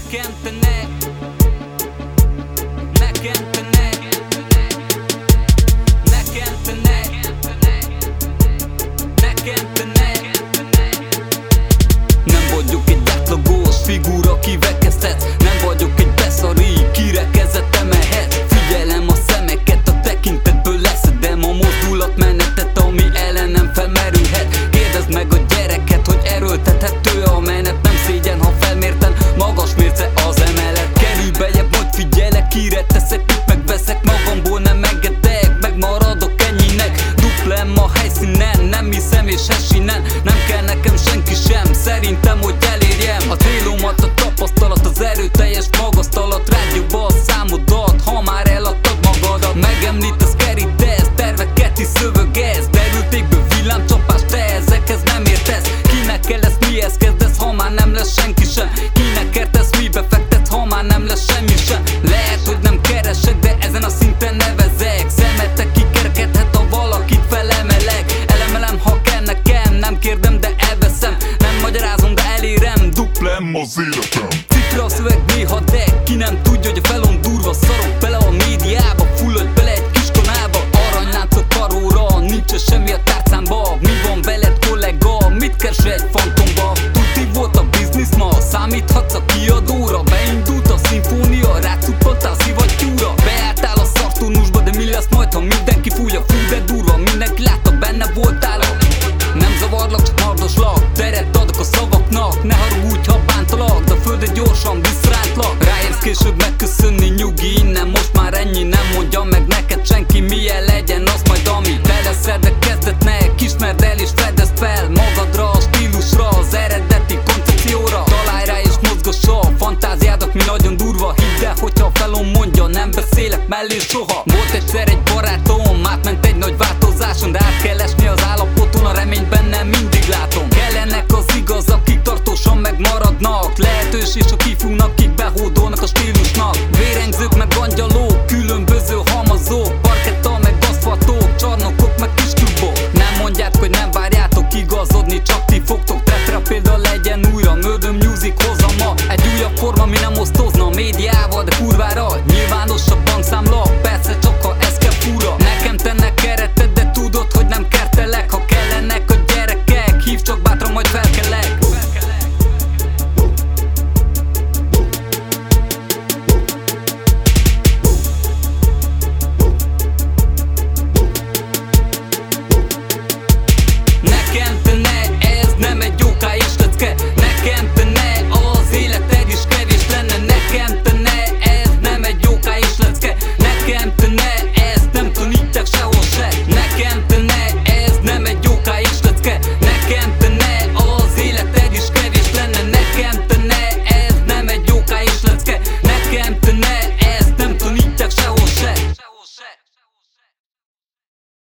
Nekem te ne, nekem te ne, nekem te ne, nekem te ne. Nem vagyok egy átlagos figura, kivekeztetsz. Nem vagyok egy beszari, kirekezett emelhetsz. Figyelem a szemeket, a tekintetből leszedem a mozdulatmenetet, ami ellenem felmerülhet. Kérdezd meg a gyereket, hogy erőltethető a menet. Nem szégyen, ha felmérten, magas mérce az emelet. Kerülj bejebb, majd figyelek, kire teszek, itt megveszek magamból, nem engedek, megmaradok ennyinek. Duplem a helyszínen, nem hiszem és esinen. Nem kell nekem senki sem, szerintem, hogy elérjem a célomat. A tapasztalat, az erőteljes magasztalat, rád a számodat, ha már eladtad magadat. Megemlítesz, kerítesz, terveket is szövögez. Derültékből villámcsapás, te ezekhez nem értesz. Kinek kell ezt, mihez kezdesz, ha már nem lesz senki sem. Kinek kertesz, mibe fektetsz, ha már nem lesz semmi sem. Lehet, hogy nem keresek, de ezen a szinten nevezek. Szemetek kikerekedhet, ha valakit felemelek. Elemelem, ha kell nekem, nem kérdem, de elveszem. Nem magyarázom, de elérem, duplem az életem. Cikra a szöveg néha, de ki nem tudja, hogy a felon durva. Szarok bele a médiába, fulladj bele egy kiskonába. Aranyláncok karóra, nincsen semmi a tárcámba. Mi van veled, kollega, mit keres egy fantomba? Tuti volt a biznisz ma, számíthatsz a kiadóra. Beindult a szimfónia, rácuppanttál szivattyúra. Beálltál a szartónusba, de mi lesz majd, ha mindenki fújja? Fú, de durva, mindenki látta, benne voltál. Nem zavarlak, csak mardoslak, teret adok a szavaknak. Ne haragudj, ha bántalak, de a földet gyorsan visszarántlak. Ráérsz később megköszönni, nyugi innen, most már ennyi. Nem mondja meg neked senki, milyen legyen az majd, ami te leszel, de kezdetnek. Ismerd el és fedezd fel magadra, a stílusra, az eredeti koncepcióra. Találj rá és mozgassa a fantáziádat, mi nagyon durva. Hidd el, hogyha a felon mondja, nem beszélek mellé soha. Volt egyszer egy barátom, átment egy nagy változáson, de át kell esni az állapoton, a reményben nem mindig látom. Kellenek az igaz, akik tartósan megmaradnak. Lehetős és a kifúnak, kik behódolnak a stílusnak. Vérengzők meg angyalok, különböző halmazok. Parketta meg aszfaltok, csarnokok meg kisklubok. Nem mondjátok, hogy nem várjátok igazodni, csak ti fogtok. Trapra példa legyen újra, Murder Music hozama. Egy újabb forma, mi nem osztozna a médiával, de kurvára nyilvános a bankszámla. Persze csak ha ez kell fura. Nekem tennek kereted, de tudod, hogy nem kertelek. Ha kellenek a gyerekek, hívd csak bátran, majd felkelek. Nekem te ne, ez nem egy jókályos lecke. Nekem te ne, az életed is kevés lenne. Nekem te ne, ez nem egy jókályos lecke. Nekem te ne,